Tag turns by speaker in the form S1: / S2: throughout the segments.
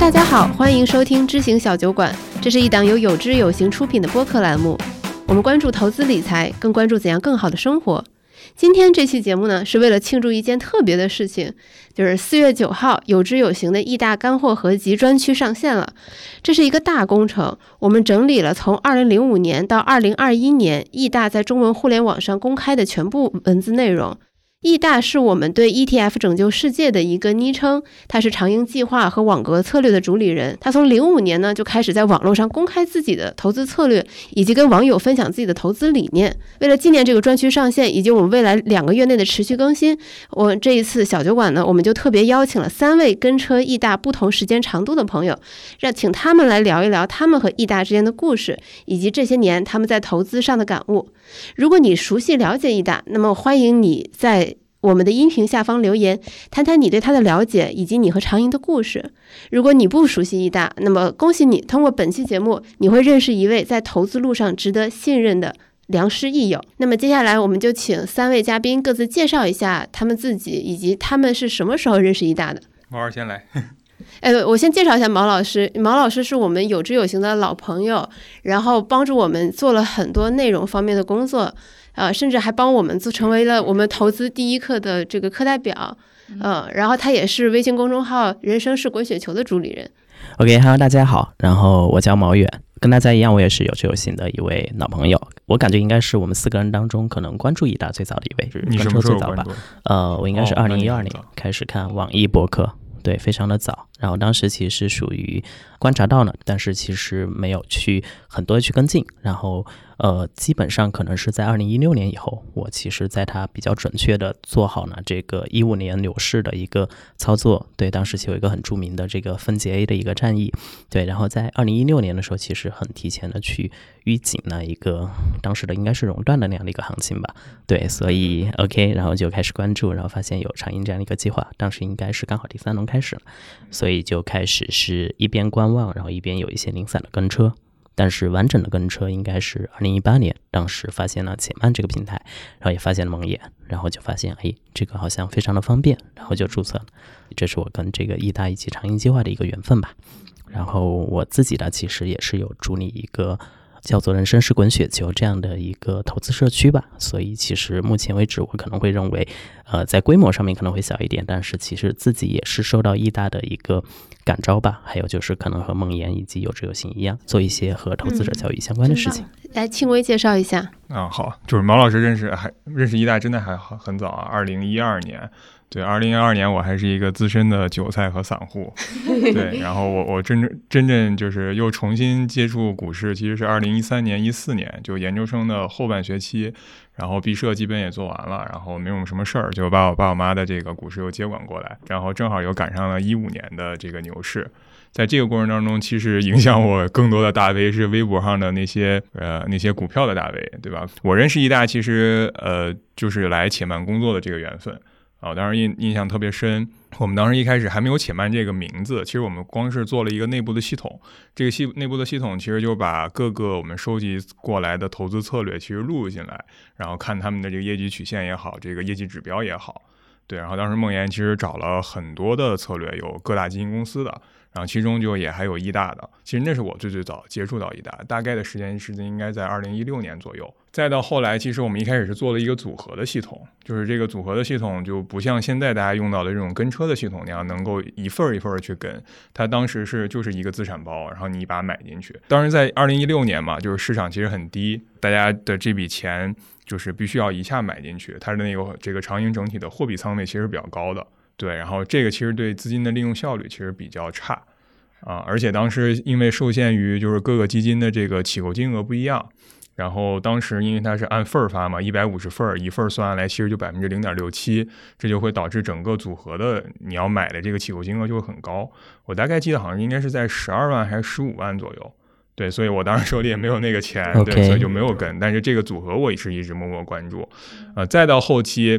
S1: 大家好，欢迎收听知行小酒馆，这是一档由有知有行出品的播客栏目。我们关注投资理财，更关注怎样更好的生活。今天这期节目呢，是为了庆祝一件特别的事情，就是4月9号有知有行的易大干货合集专区上线了。这是一个大工程，我们整理了从2005年到2021年易大在中文互联网上公开的全部文字内容。易大是我们对 ETF 拯救世界的一个昵称，他是长盈计划和网格策略的主理人。他从05年呢就开始在网络上公开自己的投资策略，以及跟网友分享自己的投资理念。为了纪念这个专区上线，以及我们未来2个月内的持续更新，我这一次小酒馆呢，我们就特别邀请了3位跟车易大不同时间长度的朋友，请他们来聊一聊他们和易大之间的故事，以及这些年他们在投资上的感悟。如果你熟悉了解易大，那么欢迎你在我们的音频下方留言，谈谈你对他的了解，以及你和长盈的故事。如果你不熟悉易大，那么恭喜你，通过本期节目，你会认识一位在投资路上值得信任的良师益友。那么接下来我们就请3位嘉宾各自介绍一下他们自己，以及他们是什么时候认识易大的。
S2: 毛老师先来。
S1: 我先介绍一下毛老师。毛老师是我们有知有行的老朋友，然后帮助我们做了很多内容方面的工作，甚至还帮我们成为了我们投资第一课的这个课代表。然后他也是微信公众号人生是滚雪球的主理人。
S3: OK，Hello， 大家好，然后我叫毛远，跟大家一样，我也是有知有行的一位老朋友。我感觉应该是我们4个人当中可能关注易大最早的一位，
S2: 你什么时候关注？
S3: 我应该是2012年开始看网易博客。对，非常的早。然后当时其实是属于观察到呢，但是其实没有去很多去跟进。然后基本上可能是在2016年以后，我其实在它比较准确的做好呢这个15年牛市的一个操作。对，当时有一个很著名的这个分解 A 的一个战役。对，然后在2016年的时候，其实很提前的去预警了一个当时的应该是熔断的那样的一个行情吧。对，所以 OK， 然后就开始关注，然后发现有长盈这样的一个计划，当时应该是刚好第3轮开始了，所以就开始是一边观望，然后一边有一些零散的跟车。但是完整的跟车应该是2018年，当时发现了且慢这个平台，然后也发现了梦魇，然后就发现这个好像非常的方便，然后就注册了。这是我跟这个易大以及长盈计划的一个缘分吧。然后我自己呢，其实也是有主理一个叫做人生是滚雪球这样的一个投资社区吧，所以其实目前为止我可能会认为在规模上面可能会小一点，但是其实自己也是受到易大的一个感召吧，还有就是可能和梦魇以及有知有行一样，做一些和投资者教育相关的事情。
S1: 来，庆微介绍一下。
S2: 好，就是毛老师认识易大真的还很早啊，2012年。对，2012年我还是一个资深的韭菜和散户。对，然后我真正就是又重新接触股市，其实是2013年、14年，就研究生的后半学期，然后毕设基本也做完了，然后没有什么事儿，就把我爸我妈的这个股市又接管过来，然后正好又赶上了15年的这个牛市。在这个过程当中，其实影响我更多的大 V 是微博上的那些股票的大 V， 对吧？我认识易大其实就是来且慢工作的这个缘分。当时印象特别深。我们当时一开始还没有且慢这个名字，其实我们光是做了一个内部的系统，这个内部的系统其实就把各个我们收集过来的投资策略其实录入进来，然后看他们的这个业绩曲线也好，这个业绩指标也好。对，然后当时梦魇其实找了很多的策略，有各大基金公司的，然后其中就也还有易大的。其实那是我最早接触到易大，大概的时间应该在2016年左右。再到后来，其实我们一开始是做了一个组合的系统，就是这个组合的系统就不像现在大家用到的这种跟车的系统那样能够一份一份的去跟，它当时就是一个资产包，然后你把它买进去。当时在2016年嘛，就是市场其实很低，大家的这笔钱就是必须要一下买进去，它的这个长盈整体的货币仓位其实比较高的。对，然后这个其实对资金的利用效率其实比较差而且当时因为受限于就是各个基金的这个起购金额不一样，然后当时因为它是按份发嘛，150份，一份算下来其实就 0.67%， 这就会导致整个组合的你要买的这个起购金额就会很高。我大概记得好像应该是在12万还是15万左右。对，所以我当时手里也没有那个钱，对，所以就没有跟。但是这个组合我是一直默默关注。再到后期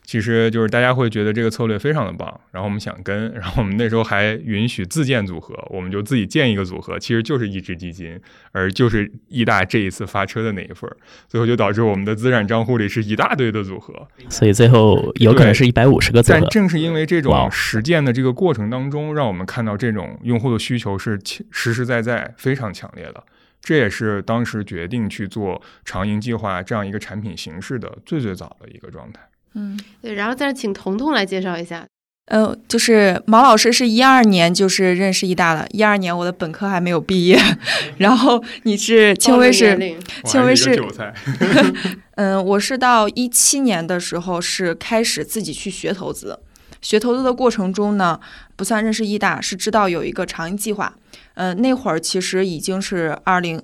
S2: 其实就是大家会觉得这个策略非常的棒，然后我们想跟，然后我们那时候还允许自建组合，我们就自己建一个组合，其实就是一只基金，而就是易大这一次发车的那一份，最后就导致我们的资产账户里是一大堆的组合，
S3: 所以最后有可能是150个组合。
S2: 但正是因为这种实践的这个过程当中，让我们看到这种用户的需求是实实在在非常强烈的。这也是当时决定去做长盈计划这样一个产品形式的最早的一个状态。
S1: 对，然后再请彤彤来介绍一下。
S4: 就是毛老师是12年就是认识易大的，12年我的本科还没有毕业，然后你是轻微是
S2: 韭菜。
S4: 我是到17年的时候是开始自己去学投资。学投资的过程中呢，不算认识易大，是知道有一个长盈计划。那会儿其实已经是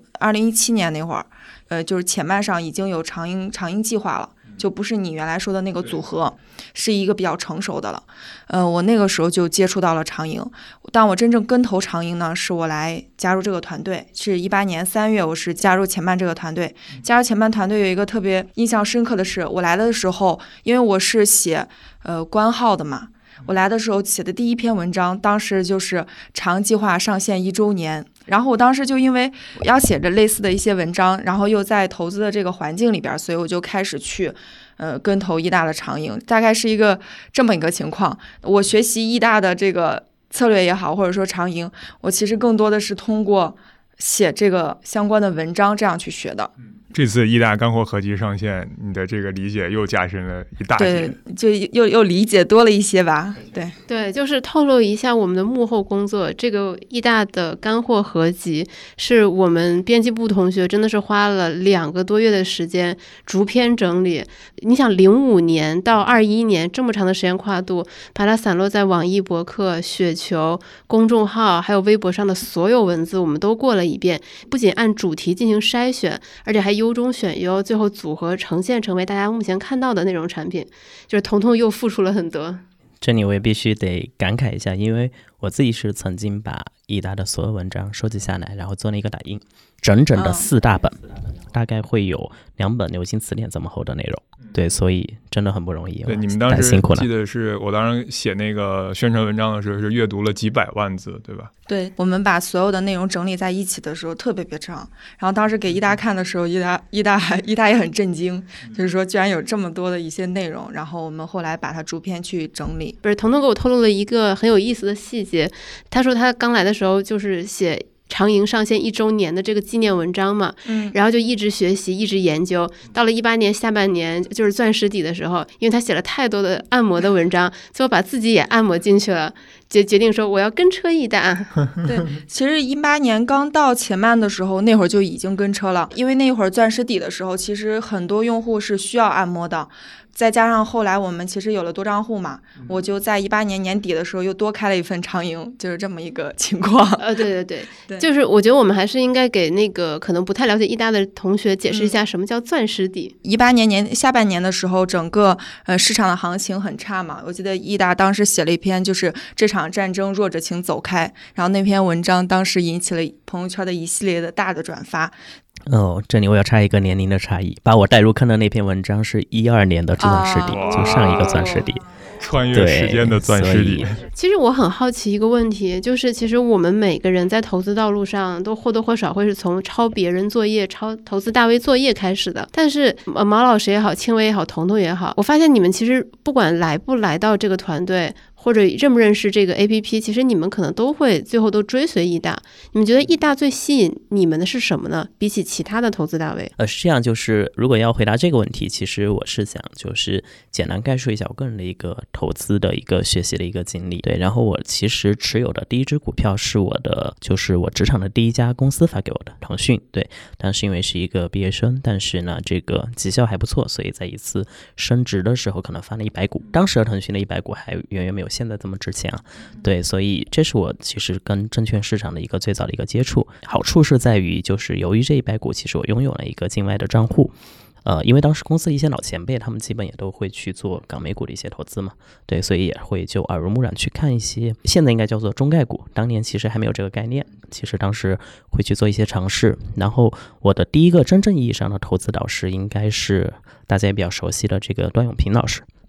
S4: 2017年那会儿，就是前半上已经有长盈计划了，就不是你原来说的那个组合，是一个比较成熟的了。我那个时候就接触到了长盈，但我真正跟投长盈呢，是我来加入这个团队，是18年3月，我是加入前半这个团队。加入前半团队有一个特别印象深刻的是，我来的时候，因为我是写官号的嘛。我来的时候写的第一篇文章，当时就是长盈计划上线1周年，然后我当时就因为要写着类似的一些文章，然后又在投资的这个环境里边，所以我就开始去跟投易大的长盈，大概是这么一个情况。我学习易大的这个策略也好，或者说长盈，我其实更多的是通过写这个相关的文章这样去学的。
S2: 这次易大干货合集上线，你的这个理解又加深了一大截，
S4: 对，就又理解多了一些吧。
S1: 对，就是透露一下我们的幕后工作。这个易大的干货合集是我们编辑部同学真的是花了2个多月的时间逐篇整理。你想05年到21年这么长的时间跨度，把它散落在网易博客、雪球公众号还有微博上的所有文字我们都过了一遍，不仅按主题进行筛选，而且还优中选优，最后组合呈现成为大家目前看到的那种产品。就是彤彤又付出了很多。
S3: 这里我也必须得感慨一下，因为我自己是曾经把易大的所有文章收集下来，然后做了一个打印，整整的4大本，大概会有2本流行词典这么厚的内容。对，所以真的很不容易。
S2: 对，你们当时记得是我当时写那个宣传文章的时候是阅读了几百万字，对吧？
S4: 对，我们把所有的内容整理在一起的时候特别长，然后当时给易大看的时候，易大也很震惊，就是说居然有这么多的一些内容，然后我们后来把它逐篇去整理。
S1: 不是，彤彤给我透露了一个很有意思的细节，他说他刚来的时候就是写长盈上线1周年的这个纪念文章嘛，然后就一直学习，一直研究，到了18年下半年就是钻石底的时候，因为他写了太多的按摩的文章，最后把自己也按摩进去了，决定说我要跟车易大。
S4: 对，其实18年刚到前半的时候，那会儿就已经跟车了，因为那会儿钻石底的时候，其实很多用户是需要按摩的。再加上后来我们其实有了多账户嘛，我就在18年年底的时候又多开了一份长盈，就是这么一个情况。
S1: 对，就是我觉得我们还是应该给那个可能不太了解易大的同学解释一下什么叫钻石底。
S4: 18年下半年的时候，整个市场的行情很差嘛，我记得易大当时写了一篇就是这场战争弱者请走开，然后那篇文章当时引起了朋友圈的一系列的大的转发。
S3: 这里我要插一个年龄的差异，把我带入坑的那篇文章是12年的钻石底，就上一个钻石底，
S2: 穿越时间的钻石底。
S1: 其实我很好奇一个问题，就是其实我们每个人在投资道路上都或多或少会是从抄别人作业、抄投资大 V 作业开始的。但是毛老师也好，轻微也好，彤彤也好，我发现你们其实不管来不来到这个团队，或者认不认识这个 APP， 其实你们可能都会最后都追随易大。你们觉得易大最吸引你们的是什么呢？比起其他的投资大 V？
S3: 是这样，就是如果要回答这个问题，其实我是想就是简单概述一下我个人的一个投资的一个学习的一个经历。对，然后我其实持有的第一只股票是就是我职场的第一家公司发给我的腾讯。对，但是因为是一个毕业生，但是呢这个绩效还不错，所以在一次升职的时候可能发了100股，当时的腾讯的100股还远远没有现在这么值钱啊。对，所以这是我其实跟证券市场的一个最早的一个接触。好处是在于就是由于这100股其实我拥有了一个境外的账户，因为当时公司的一些老前辈他们基本也都会去做港美股的一些投资嘛，对，所以也会就耳濡目染去看一些现在应该叫做中概股，当年其实还没有这个概念，其实当时会去做一些尝试。然后我的第一个真正意义上的投资导师应该是大家也比较熟悉的这个段永平老师。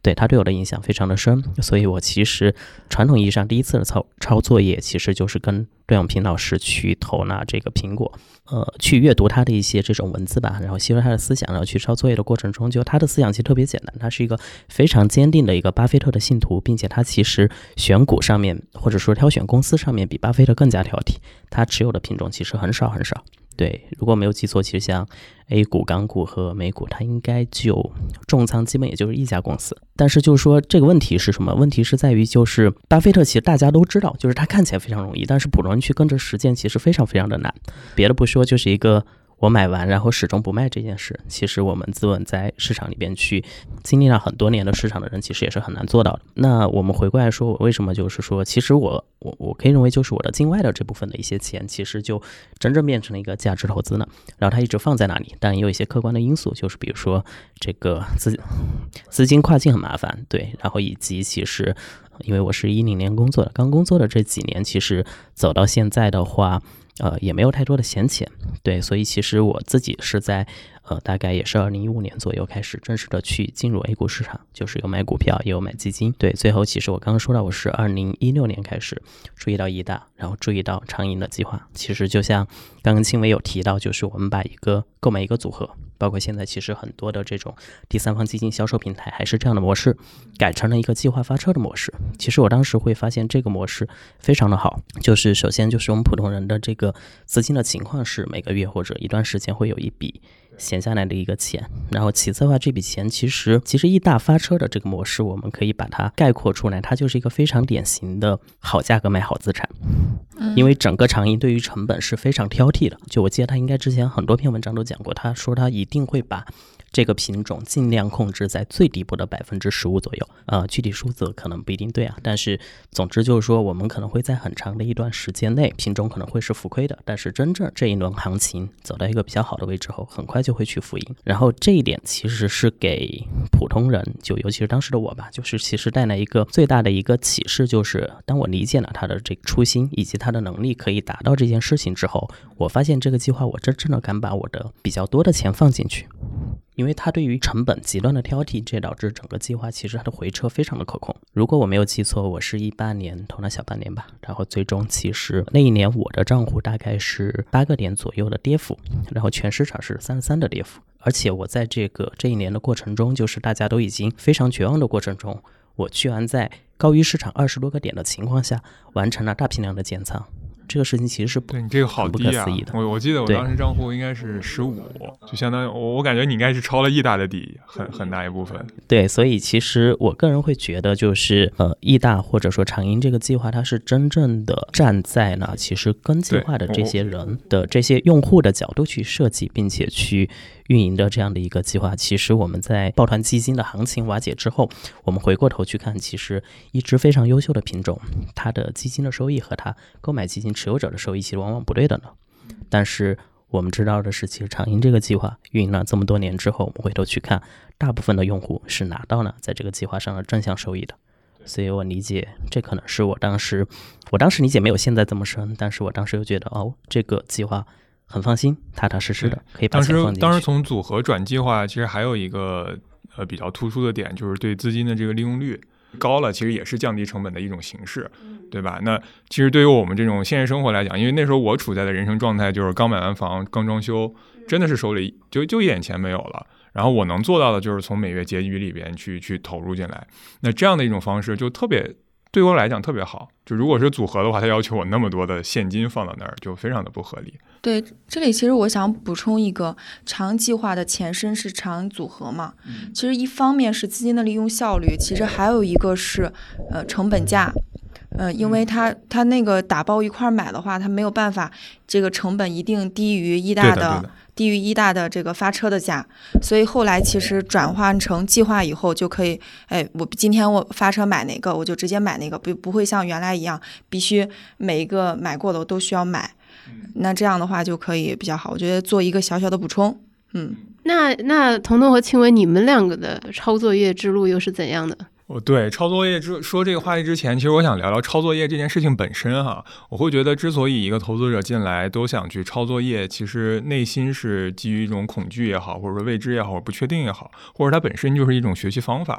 S3: 对它对我的影响非常的深，所以我其实传统意义上第一次的抄作业，其实就是跟段永平老师去投拿这个苹果，去阅读他的一些这种文字吧，然后吸收他的思想，然后去抄作业的过程中，就他的思想其实特别简单，他是一个非常坚定的一个巴菲特的信徒，并且他其实选股上面或者说挑选公司上面比巴菲特更加挑剔，他持有的品种其实很少很少。对，如果没有记错，其实像 A 股、港股和美股，它应该就重仓基本也就是一家公司。但是就是说这个问题是什么？问题是在于就是巴菲特其实大家都知道，就是他看起来非常容易，但是普通人去跟着实践其实非常非常的难。别的不说，就是一个我买完然后始终不卖这件事，其实我们自问在市场里边去经历了很多年的市场的人，其实也是很难做到的。那我们回过来说，我为什么就是说，其实我可以认为就是我的境外的这部分的一些钱，其实就真正变成了一个价值投资呢。然后它一直放在那里，但也有一些客观的因素，就是比如说这个资金跨境很麻烦，对，然后以及其实因为我是10年工作的，刚工作的这几年，其实走到现在的话。也没有太多的闲钱，对，所以其实我自己是在大概也是2015年左右开始正式的去进入 A 股市场，就是有买股票也有买基金，对，最后其实我刚刚说到我是2016年开始注意到易大，然后注意到长盈的计划，其实就像刚刚青伟有提到，就是我们把购买一个组合，包括现在其实很多的这种第三方基金销售平台还是这样的模式，改成了一个计划发车的模式。其实我当时会发现这个模式非常的好，就是首先就是我们普通人的这个资金的情况是每个月或者一段时间会有一笔闲下来的一个钱，然后其次的话，这笔钱其实易大发车的这个模式，我们可以把它概括出来，它就是一个非常典型的好价格买好资产。因为整个长盈对于成本是非常挑剔的，就我记得他应该之前很多篇文章都讲过，他说他一定会把这个品种尽量控制在最底部的15%左右，具体数字可能不一定对啊，但是总之就是说，我们可能会在很长的一段时间内，品种可能会是浮亏的，但是真正这一轮行情走到一个比较好的位置后，很快就会去浮盈。然后这一点其实是给普通人，就尤其是当时的我吧，就是其实带来一个最大的一个启示，就是当我理解了他的这个初心以及他的能力可以达到这件事情之后，我发现这个计划我真正的敢把我的比较多的钱放进去。因为它对于成本极端的挑剔，这导致整个计划其实它的回撤非常的可控。如果我没有记错，我是18年投了小半年吧，然后最终其实那一年我的账户大概是8个点左右的跌幅，然后全市场是33的跌幅。而且我在这一年的过程中，就是大家都已经非常绝望的过程中，我居然在高于市场20多个点的情况下，完成了大批量的减仓。这个事情其实是
S2: 对你这个好低啊！我记得我当时账户应该是15，就相当于我感觉你应该是超了易大的底很大一部分。
S3: 对，所以其实我个人会觉得，就是易大或者说长盈这个计划，它是真正的站在呢其实跟计划的这些人的这些用户的角度去设计，并且去运营的这样的一个计划。其实我们在抱团基金的行情瓦解之后，我们回过头去看，其实一只非常优秀的品种，它的基金的收益和它购买基金持有者的收益其实往往不对的呢。但是我们知道的是，其实长盈这个计划运营了这么多年之后，我们回头去看，大部分的用户是拿到了在这个计划上的正向收益的。所以我理解，这可能是我当时理解没有现在这么深，但是我当时又觉得这个计划很放心，踏踏实实的可以把钱放进去。
S2: 当时从组合转计划，其实还有一个比较突出的点，就是对资金的这个利用率高了，其实也是降低成本的一种形式，对吧？那其实对于我们这种现实生活来讲，因为那时候我处在的人生状态就是刚买完房，刚装修，真的是手里就一点钱没有了。然后我能做到的就是从每月结余里边去投入进来。那这样的一种方式就特别对我来讲特别好。就如果是组合的话，它要求我那么多的现金放到那儿，就非常的不合理。
S4: 对，这里其实我想补充一个，长计划的前身是长组合嘛。其实一方面是资金的利用效率，其实还有一个是成本价。因为它那个打包一块买的话，它没有办法，这个成本一定低于易大的这个发车的价，所以后来其实转换成计划以后就可以，我今天我发车买哪个，我就直接买哪个，不会像原来一样必须每一个买过的我都需要买，那这样的话就可以比较好。我觉得做一个小小的补充。
S1: 那彤彤和庆伟，你们两个的抄作业之路又是怎样的？
S2: 对，抄作业说这个话题之前，其实我想聊聊抄作业这件事情本身哈。我会觉得，之所以一个投资者进来都想去抄作业，其实内心是基于一种恐惧也好，或者说未知也好，或者不确定也好，或者它本身就是一种学习方法。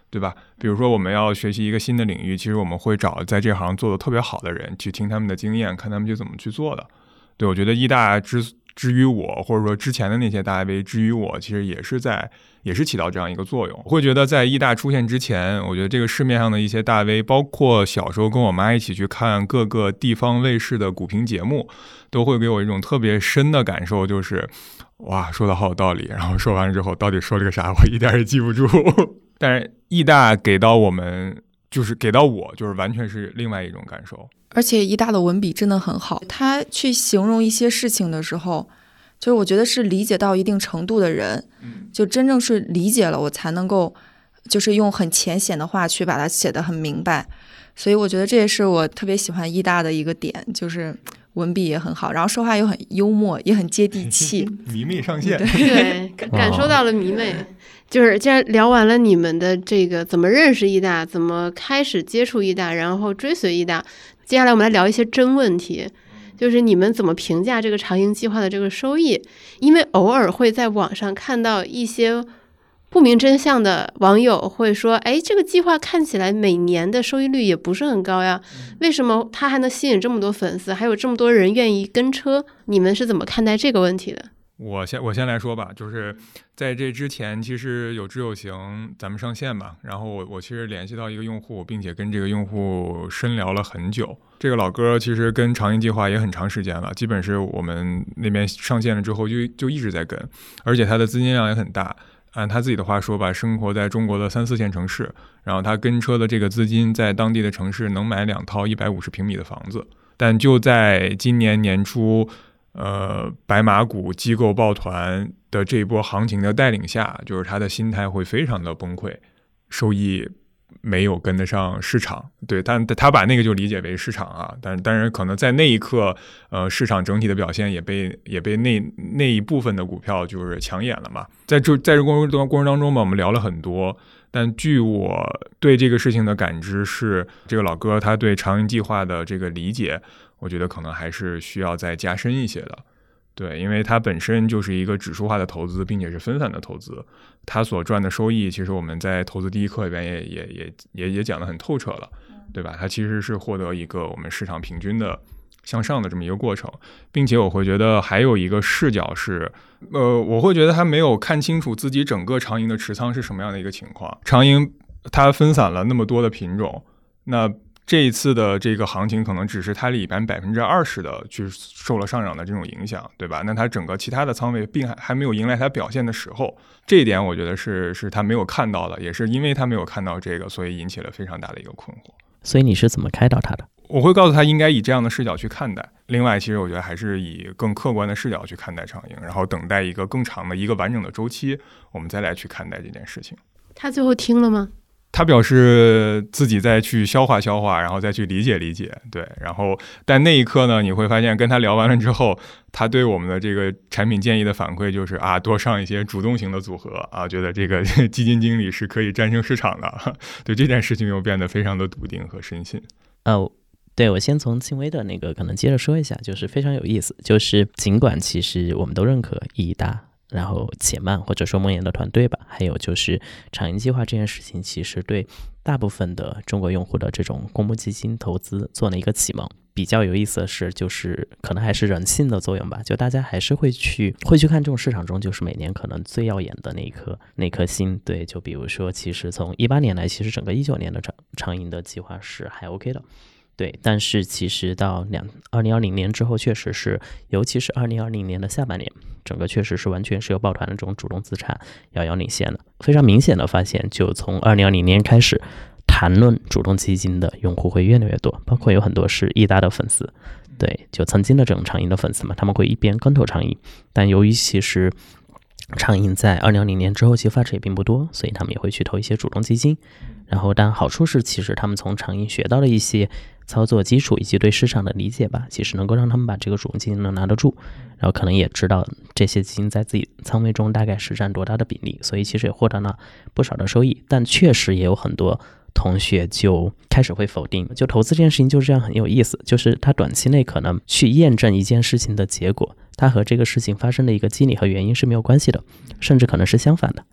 S2: 对吧？比如说我们要学习一个新的领域，其实我们会找在这行做的特别好的人去听他们的经验，看他们就怎么去做的。对，我觉得艺大之于我，或者说之前的那些大 V 之于我，其实也是起到这样一个作用。我会觉得在艺大出现之前，我觉得这个市面上的一些大 V， 包括小时候跟我妈一起去看各个地方卫视的股评节目，都会给我一种特别深的感受，就是哇，说的好有道理，然后说完了之后到底说了个啥，我一点也记不住。但是艺大给到我就是完全是另外一种感受。
S4: 而且艺大的文笔真的很好，他去形容一些事情的时候，就是我觉得是理解到一定程度的人，就真正是理解了，我才能够就是用很浅显的话去把它写得很明白。所以我觉得这也是我特别喜欢艺大的一个点，就是文笔也很好，然后说话又很幽默，也很接地气。
S2: 迷妹上线。
S1: 对，感受到了迷妹。就是既然聊完了你们的这个怎么认识艺大，怎么开始接触艺大，然后追随艺大，接下来我们来聊一些真问题，就是你们怎么评价这个长营计划的这个收益？因为偶尔会在网上看到一些不明真相的网友会说，哎，这个计划看起来每年的收益率也不是很高呀，为什么它还能吸引这么多粉丝，还有这么多人愿意跟车？你们是怎么看待这个问题的？
S2: 我先来说吧，就是在这之前，其实有知有行，咱们上线嘛，然后我其实联系到一个用户，并且跟这个用户深聊了很久。这个老哥其实跟长营计划也很长时间了，基本是我们那边上线了之后就一直在跟，而且他的资金量也很大。按他自己的话说吧，生活在中国的3、4线城市，然后他跟车的这个资金在当地的城市能买2套150平米的房子。但就在今年年初，白马股机构抱团的这一波行情的带领下，就是他的心态会非常的崩溃，收益没有跟得上市场。对，但他把那个就理解为市场啊，但是可能在那一刻，市场整体的表现也被那一部分的股票就是抢眼了嘛。在这过程当中吧，我们聊了很多，但据我对这个事情的感知是，这个老哥他对长营计划的这个理解，我觉得可能还是需要再加深一些的。对，因为它本身就是一个指数化的投资，并且是分散的投资，它所赚的收益，其实我们在投资第一课里边也讲得很透彻了，对吧？它其实是获得一个我们市场平均的向上的这么一个过程，并且我会觉得还有一个视角是，我会觉得他没有看清楚自己整个长营的持仓是什么样的一个情况。长营它分散了那么多的品种，那这一次的这个行情可能只是它里边20%的去受了上涨的这种影响，对吧？那它整个其他的仓位并还没有迎来它表现的时候，这一点我觉得是他没有看到的，也是因为他没有看到这个，所以引起了非常大的一个困惑。
S3: 所以你是怎么开导他的？
S2: 我会告诉他应该以这样的视角去看待。另外，其实我觉得还是以更客观的视角去看待长营，然后等待一个更长的一个完整的周期，我们再来去看待这件事情。
S1: 他最后听了吗？
S2: 他表示自己再去消化消化，然后再去理解理解。对，然后但那一刻呢，你会发现跟他聊完了之后，他对我们的这个产品建议的反馈就是啊，多上一些主动型的组合啊，觉得这个基金经理是可以战胜市场的。对这件事情又变得非常的笃定和深信。
S3: 对，我先从轻微的那个可能接着说一下，就是非常有意思，就是尽管其实我们都认可艺大，然后且慢或者说梦魇的团队吧，还有就是长营计划这件事情，其实对大部分的中国用户的这种公募基金投资做了一个启蒙。比较有意思的是，就是可能还是人性的作用吧，就大家还是会去看这种市场中就是每年可能最耀眼的那颗星。对，就比如说其实从18年来，其实整个19年的长营的计划是还 OK 的。对，但是其实到2020年之后，确实是，尤其是2020年的下半年，整个确实是完全是由抱团的这种主动资产遥遥领先的。非常明显的发现，就从2020年开始，谈论主动基金的用户会越来越多，包括有很多是艺大的粉丝，对，就曾经的这种长营的粉丝嘛，他们会一边跟投长营，但由于其实长营在2020年之后其实发展也并不多，所以他们也会去投一些主动基金。然后但好处是，其实他们从长营学到了一些操作基础以及对市场的理解吧，其实能够让他们把这个主动基金能拿得住，然后可能也知道这些基金在自己仓位中大概是占多大的比例，所以其实也获得了不少的收益。但确实也有很多同学就开始会否定，就投资这件事情就是这样，很有意思，就是他短期内可能去验证一件事情的结果，它和这个事情发生的一个机理和原因是没有关系的，甚至可能是相反的。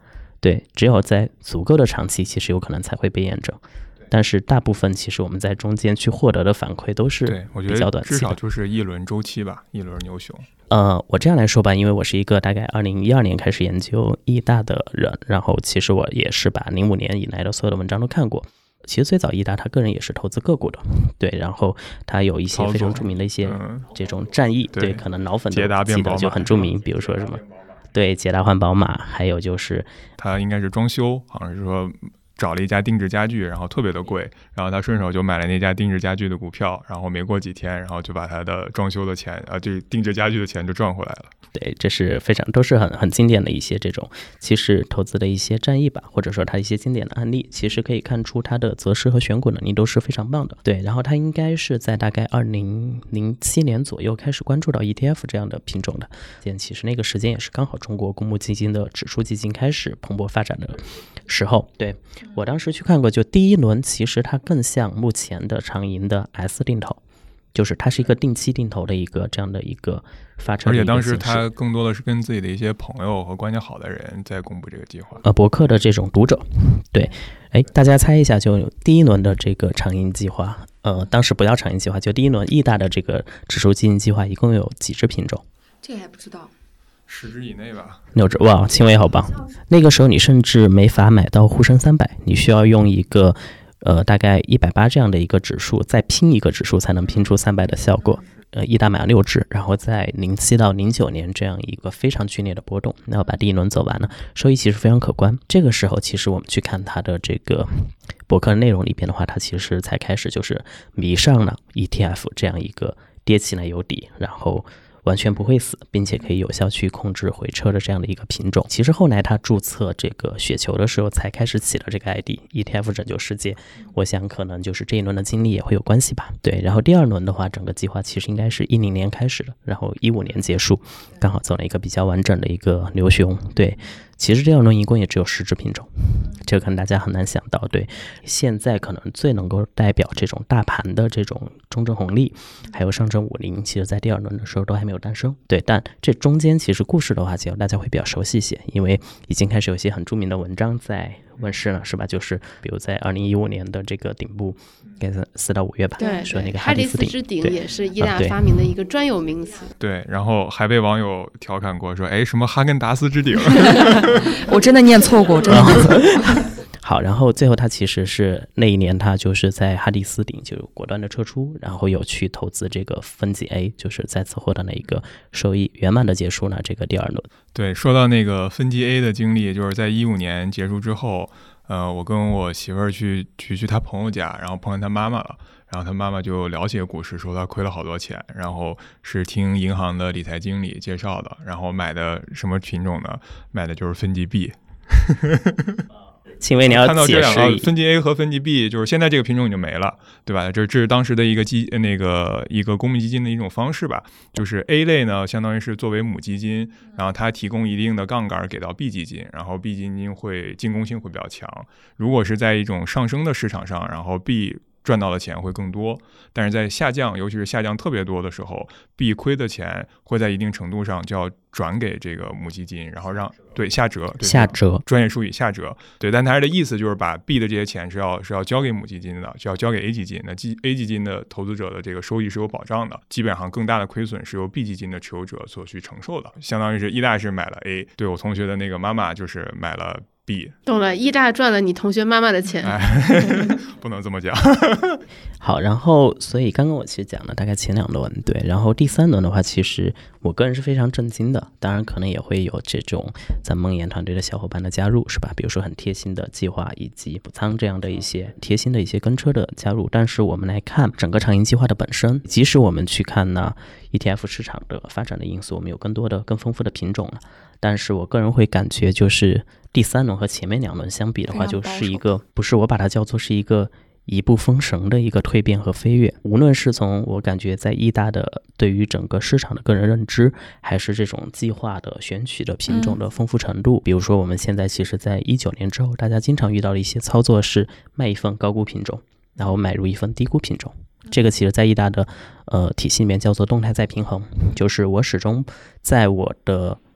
S3: 对，只有在足够的长期，其实有可能才会被验证。但是大部分其实我们在中间去获得的反馈都是比较短期的，
S2: 至少就是一轮周期吧，一轮牛熊。
S3: 我这样来说吧，因为我是一个大概2012年开始研究易大的人，然后其实我也是把05年以来的所有的文章都看过。其实最早易大他个人也是投资个股的，对，然后他有一些非常著名的一些这种战役，对，可能老粉都记得就很著名，比如说什么，对，捷达换宝马，还有就是
S2: 他应该是装修，好像是说找了一家定制家具，然后特别的贵，然后他顺手就买了那家定制家具的股票，然后没过几天，然后就把他的装修的钱就定制家具的钱就赚回来了。
S3: 对，这是非常都是很经典的一些这种其实投资的一些战役吧，或者说他一些经典的案例，其实可以看出他的择时和选股能力都是非常棒的。对，然后他应该是在大概2007年左右开始关注到 ETF 这样的品种的，其实那个时间也是刚好中国公募基金的指数基金开始蓬勃发展的时候。对，我当时去看过，就第一轮其实它更像目前的长盈的 S 定投，就是它是一个定期定投的一个这样的一个发展，
S2: 而且当时他更多的是跟自己的一些朋友和关系好的人在公布这个计划。
S3: 博客的这种读者，对，大家猜一下，就第一轮的这个长盈计划，当时不叫长盈计划，就第一轮易大的这个指数基金计划，一共有几只品种？
S4: 这个还不知道。
S2: 10只以内吧
S3: ，6只，哇，青伟好棒！那个时候你甚至没法买到沪深300，你需要用一个大概180这样的一个指数，再拼一个指数才能拼出300的效果。易大买了6只，然后在07到09年这样一个非常剧烈的波动，然后把第一轮走完了，收益其实非常可观。这个时候其实我们去看它的这个博客内容里边的话，它其实才开始就是迷上了 ETF 这样一个跌起来有底，然后完全不会死，并且可以有效去控制回撤的这样的一个品种。其实后来他注册这个雪球的时候才开始起了这个 ID ETF 拯救世界，我想可能就是这一轮的经历也会有关系吧。对，然后第二轮的话，整个计划其实应该是10年开始的，然后15年结束，刚好走了一个比较完整的一个牛熊。对，其实这2轮一共也只有10只品种，这个可能大家很难想到。对，现在可能最能够代表这种大盘的这种中证红利还有上证50，其实在第二轮的时候都还没有诞生。对，但这中间其实故事的话，其实大家会比较熟悉一些，因为已经开始有一些很著名的文章在问世了，是吧？就是比如在2015年的这个顶部，应该是4到5月吧，
S1: 对，
S3: 说那个
S1: 哈迪斯之顶也是易大发明的一个专有名词。
S2: 对，然后还被网友调侃过说，什么哈根达斯之顶？
S4: 我真的念错过，真的念错过。
S3: 好，然后最后他其实是那一年他就是在哈迪斯顶就果断的撤出，然后有去投资这个分级 A， 就是再次获得了一个收益，圆满的结束了这个第二轮。
S2: 对，说到那个分级 A 的经历，就是在15年结束之后，我跟我媳妇儿去他朋友家，然后碰见他妈妈了，然后他妈妈就了解股市，说他亏了好多钱，然后是听银行的理财经理介绍的，然后买的什么品种呢？买的就是分级 B。
S3: 请问你要
S2: 看到这两
S3: 个
S2: 分级 A 和分级 B， 就是现在这个品种已经没了，对吧？这是当时的一个公募基金的一种方式吧。就是 A 类呢，相当于是作为母基金，然后它提供一定的杠杆给到 B 基金，然后 B 基金会进攻性会比较强。如果是在一种上升的市场上，然后 B赚到的钱会更多，但是在下降，尤其是下降特别多的时候， B 亏的钱会在一定程度上就要转给这个母基金，然后让下折，专业术语下折。对，但他的意思就是把 B 的这些钱是要交给母基金的，是要交给 A 基金。那 A 基金的投资者的这个收益是有保障的，基本上更大的亏损是由 B 基金的持有者所去承受的。相当于是易大是买了 A， 对我同学的那个妈妈就是买了B。
S1: 懂了，易大赚了你同学妈妈的钱。
S2: 不能这么讲。
S3: 好，然后所以刚刚我其实讲了大概前2轮，对，然后第3轮的话，其实我个人是非常震惊的，当然可能也会有这种咱梦岩团队的小伙伴的加入，是吧？比如说很贴心的计划以及补仓这样的一些贴心的一些跟车的加入。但是我们来看整个长盈计划的本身，即使我们去看呢 ETF 市场的发展的因素，我们有更多的更丰富的品种了，但是我个人会感觉就是第3轮和前面2轮相比的话，就是一个不是我把它叫做是一个一步封神的一个蜕变和飞跃。无论是从我感觉在易大的对于整个市场的个人认知，还是这种计划的选取的品种的丰富程度，比如说我们现在其实在19年之后，大家经常遇到的一些操作是卖一份高估品种，然后买入一份低估品种。这个其实在易大的体系里面叫做动态再平衡，就是我始终在我的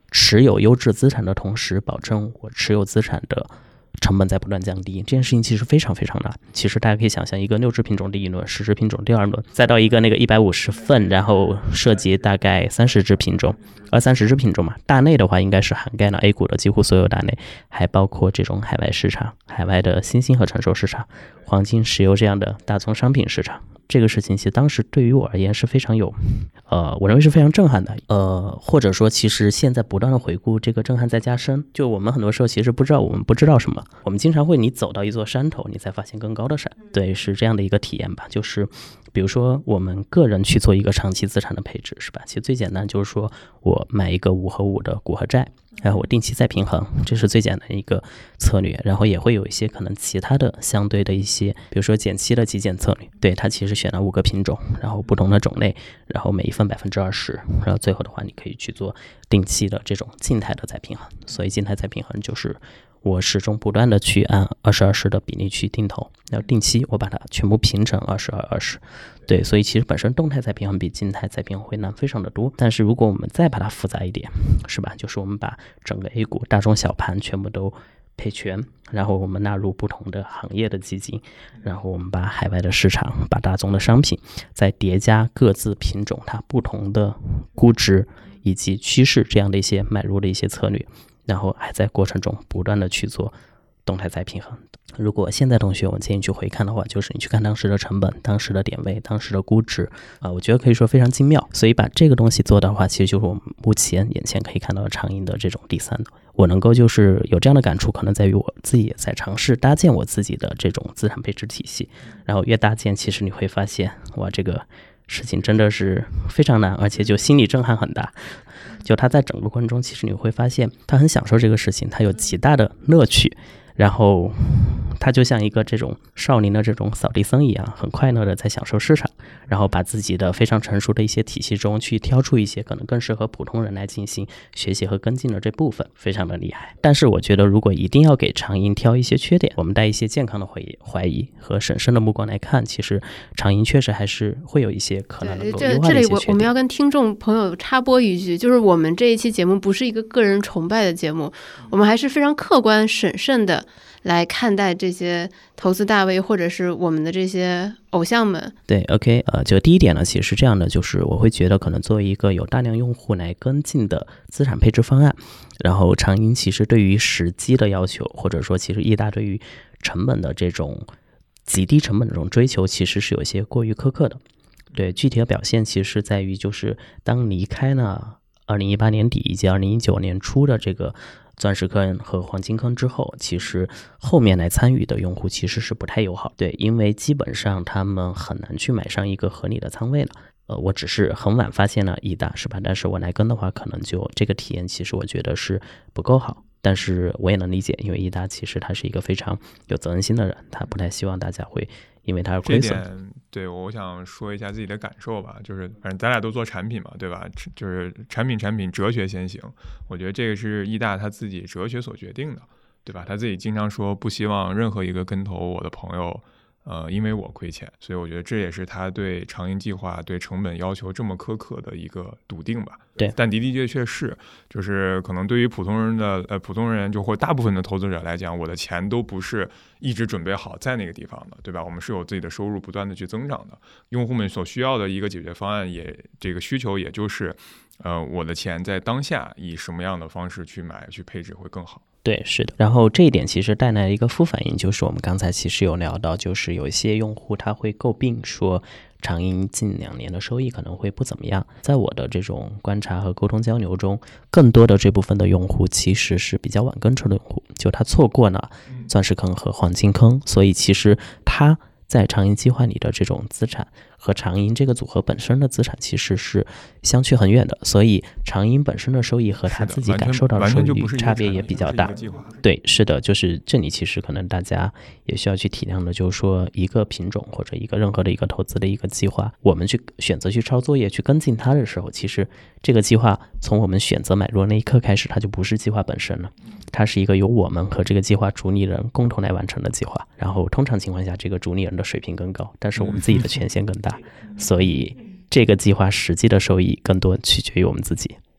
S3: 持有优质资产的同时，保证我持有资产的成本在不断降低，这件事情其实非常非常难。其实大家可以想象，一个6只品种第一轮，10只品种第二轮，再到一个那个150份，然后涉及大概30只品种，30只品种嘛，大类的话应该是涵盖了 A 股的几乎所有大类，还包括这种海外市场、海外的新兴和成熟市场、黄金、石油这样的大宗商品市场。这个事情其实当时对于我而言是非常有我认为是非常震撼的，或者说其实现在不断的回顾，这个震撼在加深。就我们很多时候其实不知道我们不知道什么，我们经常会你走到一座山头，你才发现更高的山。对，是这样的一个体验吧。就是比如说我们个人去做一个长期资产的配置，是吧？其实最简单就是说我买一个5和5的股和债，然后我定期再平衡，这是最简单的一个策略。然后也会有一些可能其他的相对的一些，比如说减期的极简策略，对，它其实选了5个品种，然后不同的种类，然后每一份20%，然后最后的话你可以去做定期的这种静态的再平衡。所以静态再平衡就是我始终不断的去按20-20的比例去定投，然后定期我把它全部平成20-20。对，所以其实本身动态再平衡比静态再平衡会难非常的多。但是如果我们再把它复杂一点，是吧？就是我们把整个 A 股大中小盘全部都配全，然后我们纳入不同的行业的基金，然后我们把海外的市场、把大宗的商品再叠加各自品种它不同的估值以及趋势这样的一些买入的一些策略，然后还在过程中不断的去做动态再平衡。如果现在同学我建议去回看的话，就是你去看当时的成本、当时的点位、当时的估值我觉得可以说非常精妙。所以把这个东西做到的话，其实就是我们目前眼前可以看到的长盈的这种第三。我能够就是有这样的感触，可能在于我自己也在尝试搭建我自己的这种资产配置体系，然后越搭建其实你会发现哇，这个事情真的是非常难，而且就心理震撼很大。就他在整个过程中其实你会发现他很享受这个事情，他有极大的乐趣，然后他就像一个这种少林的这种扫地僧一样，很快乐的在享受市场，然后把自己的非常成熟的一些体系中去挑出一些可能更适合普通人来进行学习和跟进的这部分，非常的厉害。但是我觉得如果一定要给长盈挑一些缺点，我们带一些健康的怀疑和审慎的目光来看，其实长盈确实还是会有一些可能能够优化的一些缺点。
S1: 这里我们要跟听众朋友插播一句，就是我们这一期节目不是一个个人崇拜的节目，我们还是非常客观审慎的来看待这些投资大 V 或者是我们的这些偶像们。
S3: 对 OK 就第一点呢，其实是这样的，就是我会觉得可能作为一个有大量用户来跟进的资产配置方案，然后长盈其实对于时机的要求，或者说其实易大对于成本的这种极低成本的这种追求，其实是有些过于苛刻的。对，具体的表现其实是在于就是当离开了2018年底以及2019年初的这个钻石坑和黄金坑之后，其实后面来参与的用户其实是不太友好。对，因为基本上他们很难去买上一个合理的仓位了。我只是很晚发现了易大，是吧？但是我来跟的话，可能就这个体验其实我觉得是不够好。但是我也能理解，因为易大其实他是一个非常有责任心的人，他不太希望大家会因为他而亏损。
S2: 对，我想说一下自己的感受吧，就是反正咱俩都做产品嘛，对吧？就是产品哲学先行，我觉得这个是易大他自己哲学所决定的，对吧？他自己经常说不希望任何一个跟投我的朋友因为我亏钱，所以我觉得这也是他对长盈计划对成本要求这么苛刻的一个笃定吧。
S3: 对，
S2: 但的确是，就是可能对于普通人就或大部分的投资者来讲，我的钱都不是一直准备好在那个地方的，对吧？我们是有自己的收入不断的去增长的，用户们所需要的一个解决方案这个需求也就是我的钱在当下以什么样的方式去买去配置会更好。
S3: 对，是的。然后这一点其实带来一个负反应，就是我们刚才其实有聊到，就是有一些用户他会诟病说长盈近2年的收益可能会不怎么样。在我的这种观察和沟通交流中，更多的这部分的用户其实是比较晚跟车的用户，就他错过了钻石坑和黄金坑，所以其实他在长盈计划里的这种资产和长盈这个组合本身的资产其实是相去很远的，所以长盈本身的收益和他自己感受到的收益差别也比较大。对，是的，就是这里其实可能大家也需要去体谅的，就是说一个品种或者一个任何的一个投资的一个计划，我们去选择去抄作业去跟进它的时候，其实这个计划从我们选择买入那一刻开始，它就不是计划本身了，它是一个由我们和这个计划主理人共同来完成的计划。然后通常情况下，这个主理人的水平更高，但是我们自己的权限更大，所以这个计划实际的收益更多取决于我们自己。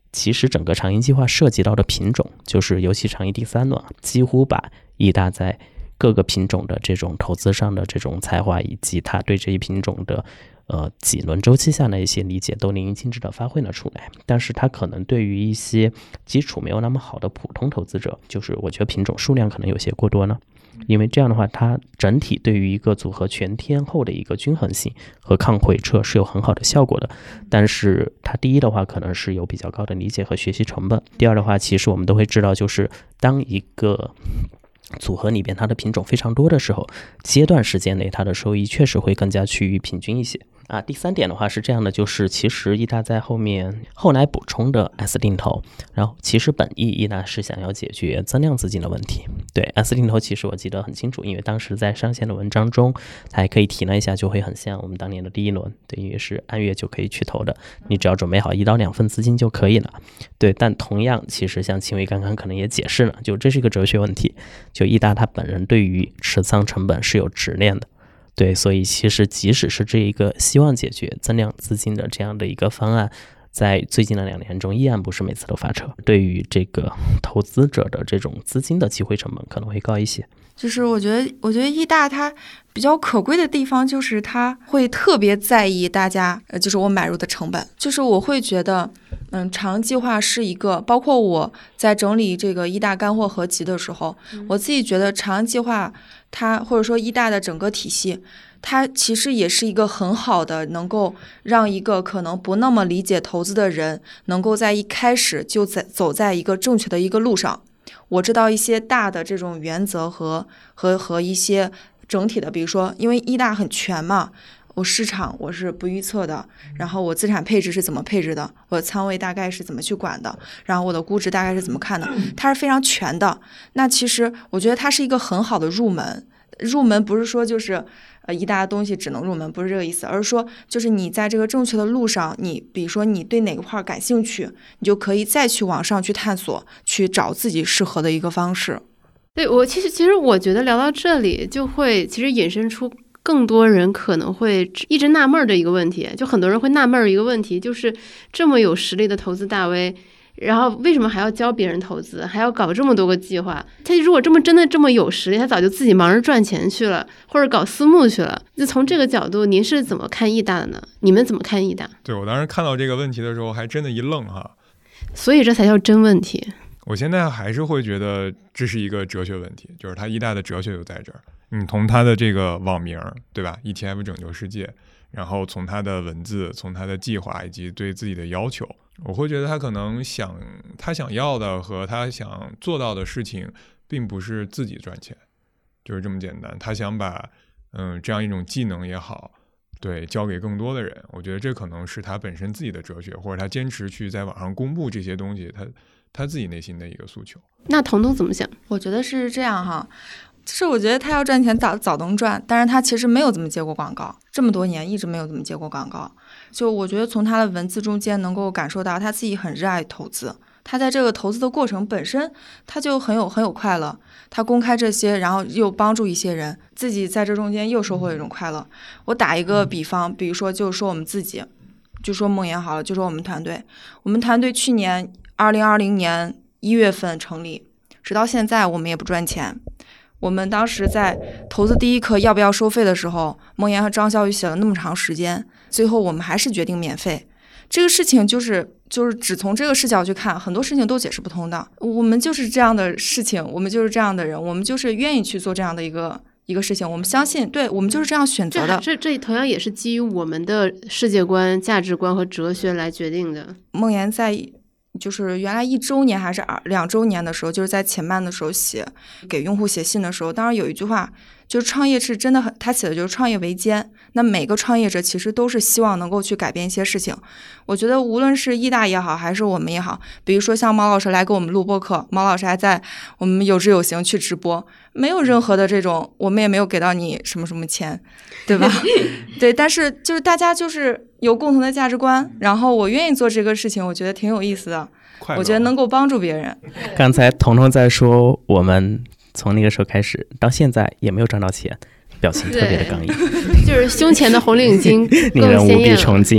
S3: 其实整个长盈计划涉及到的品种，就是尤其长盈第3轮，几乎把易大在各个品种的这种投资上的这种才华，以及他对这一品种的几轮周期下的一些理解都淋漓尽致的发挥了出来。但是他可能对于一些基础没有那么好的普通投资者，就是我觉得品种数量可能有些过多呢，因为这样的话它整体对于一个组合全天候的一个均衡性和抗回撤是有很好的效果的。但是它第一的话可能是有比较高的理解和学习成本，第二的话其实我们都会知道，就是当一个组合里边它的品种非常多的时候，阶段时间内它的收益确实会更加趋于平均一些。第3点的话是这样的，就是其实易大在后来补充的 S 定投，然后其实本意易大是想要解决增量资金的问题。对 S 定投其实我记得很清楚，因为当时在上线的文章中还可以提了一下，就会很像我们当年的第1轮，对，因为是按月就可以去投的，你只要准备好1到2份资金就可以了。对，但同样其实像秦伟刚刚可能也解释了，就这是一个哲学问题，就易大他本人对于持仓成本是有执念的。对，所以其实即使是这一个希望解决增量资金的这样的一个方案，在最近的2年中依然不是每次都发车，对于这个投资者的这种资金的机会成本可能会高一些。
S4: 就是我觉得易大它比较可贵的地方，就是它会特别在意大家就是我买入的成本。就是我会觉得长计划是一个，包括我在整理这个易大干货合集的时候，我自己觉得长计划它或者说易大的整个体系，它其实也是一个很好的能够让一个可能不那么理解投资的人能够在一开始就走在一个正确的一个路上。我知道一些大的这种原则和一些整体的，比如说因为易大很全嘛，我市场我是不预测的，然后我资产配置是怎么配置的，我的仓位大概是怎么去管的，然后我的估值大概是怎么看的，它是非常全的。那其实我觉得它是一个很好的入门不是说就是一大东西只能入门，不是这个意思，而是说就是你在这个正确的路上，你比如说你对哪个块感兴趣，你就可以再去往上去探索，去找自己适合的一个方式。
S1: 对，我其实我觉得聊到这里就会其实引申出更多人可能会一直纳闷的一个问题，就很多人会纳闷一个问题，就是这么有实力的投资大 V，然后为什么还要教别人投资，还要搞这么多个计划？他如果真的这么有实力，他早就自己忙着赚钱去了，或者搞私募去了。就从这个角度，您是怎么看易大的呢？你们怎么看易大？
S2: 对，我当时看到这个问题的时候，还真的一愣哈。
S1: 所以这才叫真问题。
S2: 我现在还是会觉得这是一个哲学问题，就是它易大的哲学就在这儿。你从它的这个网名，对吧 ？ETF 拯救世界，然后从它的文字，从它的计划以及对自己的要求，我会觉得他可能他想要的和他想做到的事情，并不是自己赚钱，就是这么简单。他想把这样一种技能也好，对，交给更多的人。我觉得这可能是他本身自己的哲学，或者他坚持去在网上公布这些东西，他自己内心的一个诉求。
S1: 那彤彤怎么想？
S4: 我觉得是这样哈。就是我觉得他要赚钱早能赚，但是他其实没有怎么接过广告，这么多年一直没有怎么接过广告。就我觉得从他的文字中间能够感受到他自己很热爱投资，他在这个投资的过程本身他就很有快乐，他公开这些，然后又帮助一些人，自己在这中间又收获一种快乐。我打一个比方，比如说就是说我们自己，就说梦妍好了，就说我们团队去年2020年1月份成立，直到现在我们也不赚钱。我们当时在投资第一课要不要收费的时候，梦妍和张小雨写了那么长时间，最后我们还是决定免费。这个事情就是只从这个视角去看，很多事情都解释不通的。我们就是这样的事情，我们就是这样的人，我们就是愿意去做这样的一个事情，我们相信，对，我们就是这样选择的。
S1: 这同样也是基于我们的世界观、价值观和哲学来决定的。
S4: 梦妍在就是原来1周年还是2周年的时候，就是在前半的时候给用户写信的时候，当时有一句话，就是创业是真的很，他写的就是创业维艰。那每个创业者其实都是希望能够去改变一些事情。我觉得无论是易大也好，还是我们也好，比如说像毛老师来给我们录播课，毛老师还在我们有知有行去直播，没有任何的这种，我们也没有给到你什么什么钱，对吧？对，但是就是大家就是有共同的价值观，然后我愿意做这个事情，我觉得挺有意思的，我觉得能够帮助别人。
S3: 刚才彤彤在说我们从那个时候开始到现在也没有赚到钱，表情特别的刚毅，
S1: 就是胸前的红领巾
S3: 令人无比崇敬。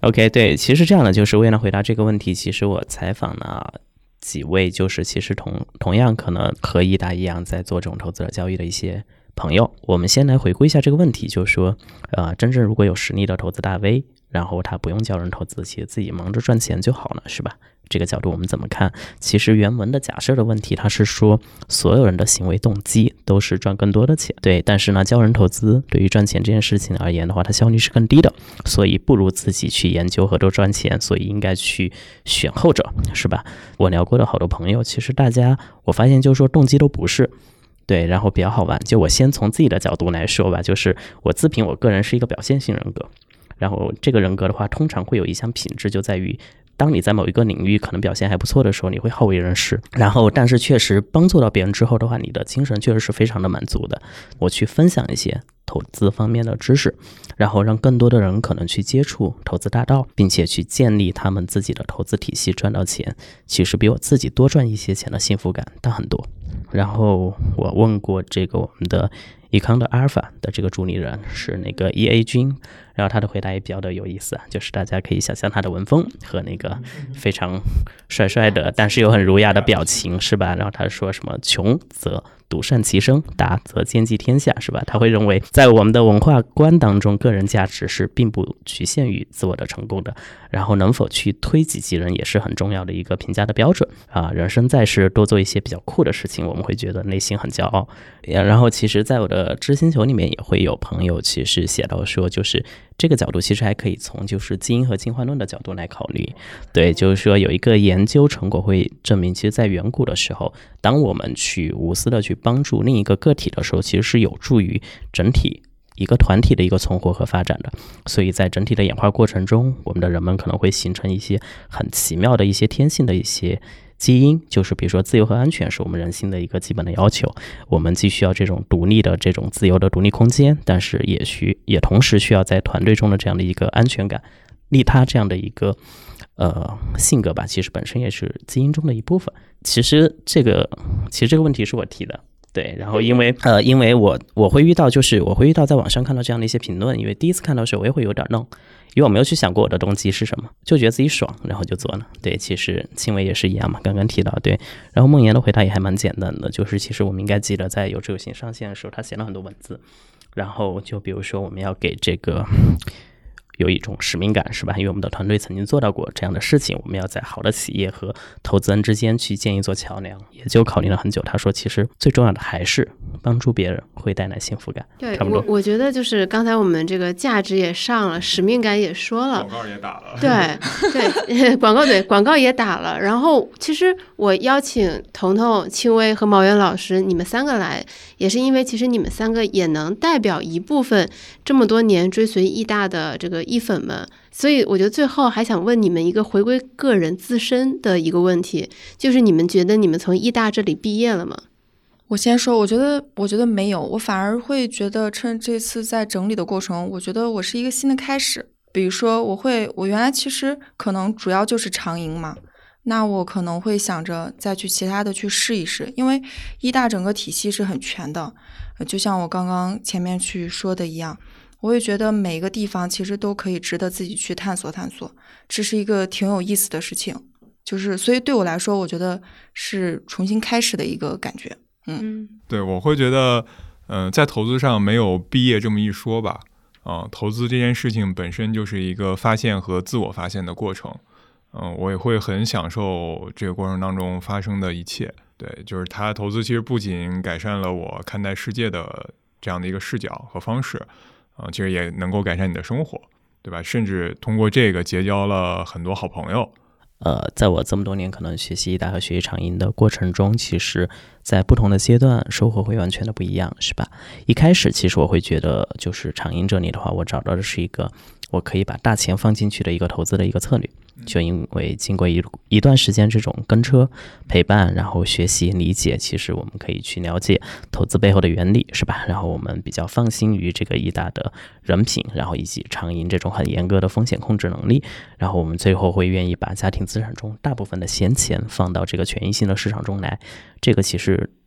S3: OK， 对，其实这样的，就是为了回答这个问题，其实我采访了几位，就是其实同样可能和易达一样在做这种投资者交易的一些朋友。我们先来回顾一下这个问题，就是说，真正如果有实力的投资大 V， 然后他不用教人投资，其实自己忙着赚钱就好了，是吧？这个角度我们怎么看？其实原文的假设的问题，它是说所有人的行为动机都是赚更多的钱，对。但是呢，教人投资对于赚钱这件事情而言的话，它效率是更低的，所以不如自己去研究和多赚钱，所以应该去选后者，是吧？我聊过的好多朋友，其实大家我发现就是说动机都不是。对，然后比较好玩，就我先从自己的角度来说吧，就是我自评我个人是一个表现性人格，然后这个人格的话，通常会有一项品质，就在于当你在某一个领域可能表现还不错的时候，你会好为人师，然后但是确实帮助到别人之后的话，你的精神确实是非常的满足的。我去分享一些投资方面的知识，然后让更多的人可能去接触投资大道，并且去建立他们自己的投资体系，赚到钱，其实比我自己多赚一些钱的幸福感大很多。然后我问过这个我们的易康的阿尔法的这个主理人是那个 EA 君，然后他的回答也比较的有意思，就是大家可以想象他的文风和那个非常帅帅的但是又很儒雅的表情，是吧？然后他说什么穷则独善其身，达则兼济天下，是吧？他会认为在我们的文化观当中，个人价值是并不局限于自我的成功的，然后能否去推己及人也是很重要的一个评价的标准啊。人生在世，多做一些比较酷的事情，我们会觉得内心很骄傲。然后其实在我的知星球里面也会有朋友其实写到说，就是这个角度其实还可以从就是基因和进化论的角度来考虑。对，就是说有一个研究成果会证明，其实在远古的时候，当我们去无私的去帮助另一个个体的时候，其实是有助于整体一个团体的一个存活和发展的。所以在整体的演化过程中，我们的人们可能会形成一些很奇妙的一些天性的一些基因，就是比如说自由和安全是我们人性的一个基本的要求，我们既需要这种独立的这种自由的独立空间，但是也同时需要在团队中的这样的一个安全感，利他这样的一个性格吧，其实本身也是基因中的一部分。其实这个问题是我提的，对，然后因为我会遇到在网上看到这样的一些评论，因为第一次看到的时候我也会有点愣，因为我没有去想过我的动机是什么，就觉得自己爽，然后就做了。对，其实青伟也是一样嘛，刚刚提到对。然后梦妍的回答也还蛮简单的，就是其实我们应该记得在有志有行上线的时候，他写了很多文字，然后就比如说我们要给这个有一种使命感，是吧？因为我们的团队曾经做到过这样的事情，我们要在好的企业和投资人之间去建一座桥梁，也就考虑了很久。他说其实最重要的还是帮助别人会带来幸福感。
S1: 对，我觉得就是刚才我们这个价值也上了，使命感也说了，
S2: 广告也打了，
S1: 对广告也打了。然后其实我邀请彤彤、庆薇和毛源老师你们三个来，也是因为其实你们三个也能代表一部分这么多年追随易大的这个易粉们，所以我觉得最后还想问你们一个回归个人自身的一个问题，就是你们觉得你们从易大这里毕业了吗？
S4: 我先说，我觉得没有，我反而会觉得趁这次在整理的过程，我觉得我是一个新的开始。比如说我原来其实可能主要就是长营嘛，那我可能会想着再去其他的去试一试，因为易大整个体系是很全的，就像我刚刚前面去说的一样，我也觉得每个地方其实都可以值得自己去探索，这是一个挺有意思的事情，就是所以对我来说，我觉得是重新开始的一个感觉。
S2: 对，我会觉得在投资上没有毕业这么一说吧，投资这件事情本身就是一个发现和自我发现的过程，我也会很享受这个过程当中发生的一切。对，就是它投资其实不仅改善了我看待世界的这样的一个视角和方式，其实也能够改善你的生活，对吧？甚至通过这个结交了很多好朋友。
S3: 在我这么多年可能学习易大和学习长营的过程中，其实在不同的阶段收获会完全的不一样，是吧？一开始其实我会觉得就是长营这里的话，我找到的是一个我可以把大钱放进去的一个投资的一个策略，就因为经过一段时间这种跟车陪伴，然后学习理解，其实我们可以去了解投资背后的原理，是吧？然后我们比较放心于这个易大的人品，然后以及长营这种很严格的风险控制能力，然后我们最后会愿意把家庭资产中大部分的闲钱放到这个权益性的市场中来。这个其实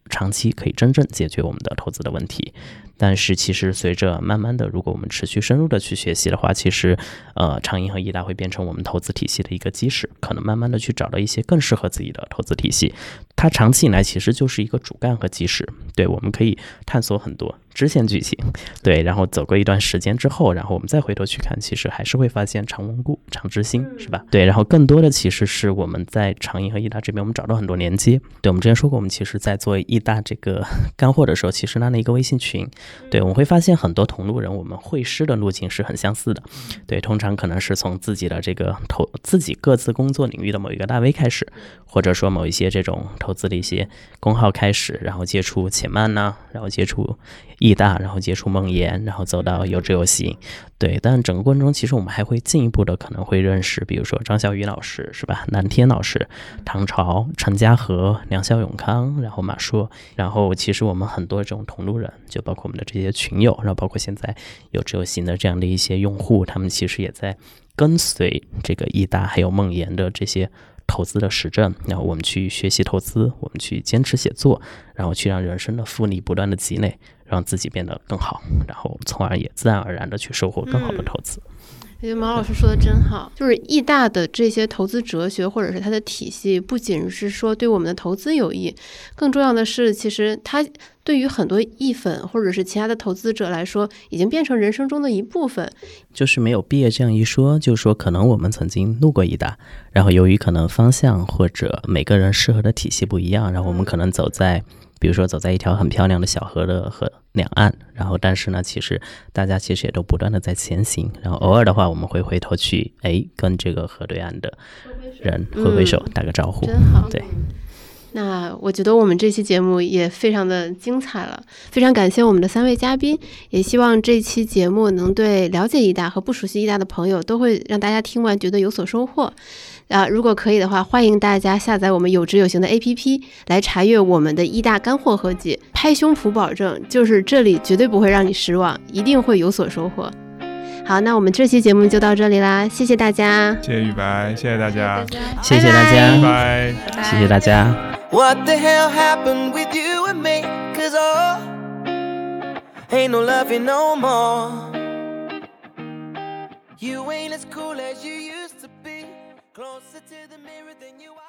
S3: 长期可以真正解决我们的投资的问题。但是其实随着慢慢的，如果我们持续深入的去学习的话，其实长银和易达会变成我们投资体系的一个基石，可能慢慢的去找到一些更适合自己的投资体系。它长期以来其实就是一个主干和基石，对，我们可以探索很多支线剧情，对，然后走过一段时间之后，然后我们再回头去看，其实还是会发现常温故常知新，是吧？对，然后更多的其实是我们在长银和易达这边，我们找到很多连接。对，我们之前说过，我们其实在做易达这个干货的时候，其实那一个微信群，对，我们会发现很多同路人，我们会师的路径是很相似的。对，通常可能是从自己的这个自己各自工作领域的某一个大 V 开始，或者说某一些这种投资的一些公号开始，然后接触且慢呢，然后接触易达，然后接触梦岩，然后走到有知有行。对，但整个过程中其实我们还会进一步的可能会认识，比如说张小雨老师，是吧？南天老师、唐朝、陈家和、梁小永康，然后马硕，然后其实我们很多这种同路人，就包括我们的这些群友，然后包括现在有知有行的这样的一些用户，他们其实也在跟随这个易达还有梦岩的这些投资的实证，然后我们去学习投资，我们去坚持写作，然后去让人生的复利不断的积累，让自己变得更好，然后从而也自然而然的去收获更好的投资。
S1: 我觉得毛老师说的真好，就是易大的这些投资哲学或者是它的体系，不仅是说对我们的投资有益，更重要的是其实它对于很多易粉或者是其他的投资者来说，已经变成人生中的一部分。
S3: 就是没有毕业这样一说，就是说可能我们曾经路过易大，然后由于可能方向或者每个人适合的体系不一样，然后我们可能比如说走在一条很漂亮的小河的河两岸，然后但是呢其实大家其实也都不断的在前行，然后偶尔的话我们会回头去跟这个河对岸的人挥挥手打个招呼，
S1: 真好。
S3: 对，
S1: 那我觉得我们这期节目也非常的精彩了，非常感谢我们的3位嘉宾，也希望这期节目能对了解易大和不熟悉易大的朋友都会让大家听完觉得有所收获。如果可以的话，欢迎大家下载我们有知有行的 APP 来查阅我们的易大干货合集，拍胸脯保证就是这里绝对不会让你失望，一定会有所收获。好，那我们这期节目就到这里啦，谢谢大家，
S2: 谢谢宇白，谢谢大家，
S3: 谢谢大家，
S2: 拜
S3: 拜，谢谢大家。
S5: What the hell happened with you and me? 'Cause ain't no loving no more. You ain't as cool as you used to be. Closer to the mirror than you are.